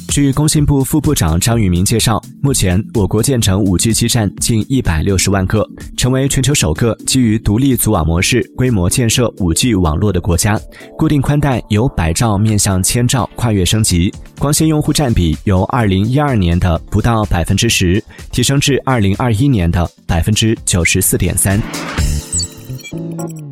据工信部副部长张宇明介绍，目前我国建成 5G 基站近160万个，成为全球首个基于独立组网模式规模建设 5G 网络的国家。固定宽带由100兆面向1000兆跨越升级，光纤用户占比由2012年的不到 10%， 提升至2021年的 94.3%。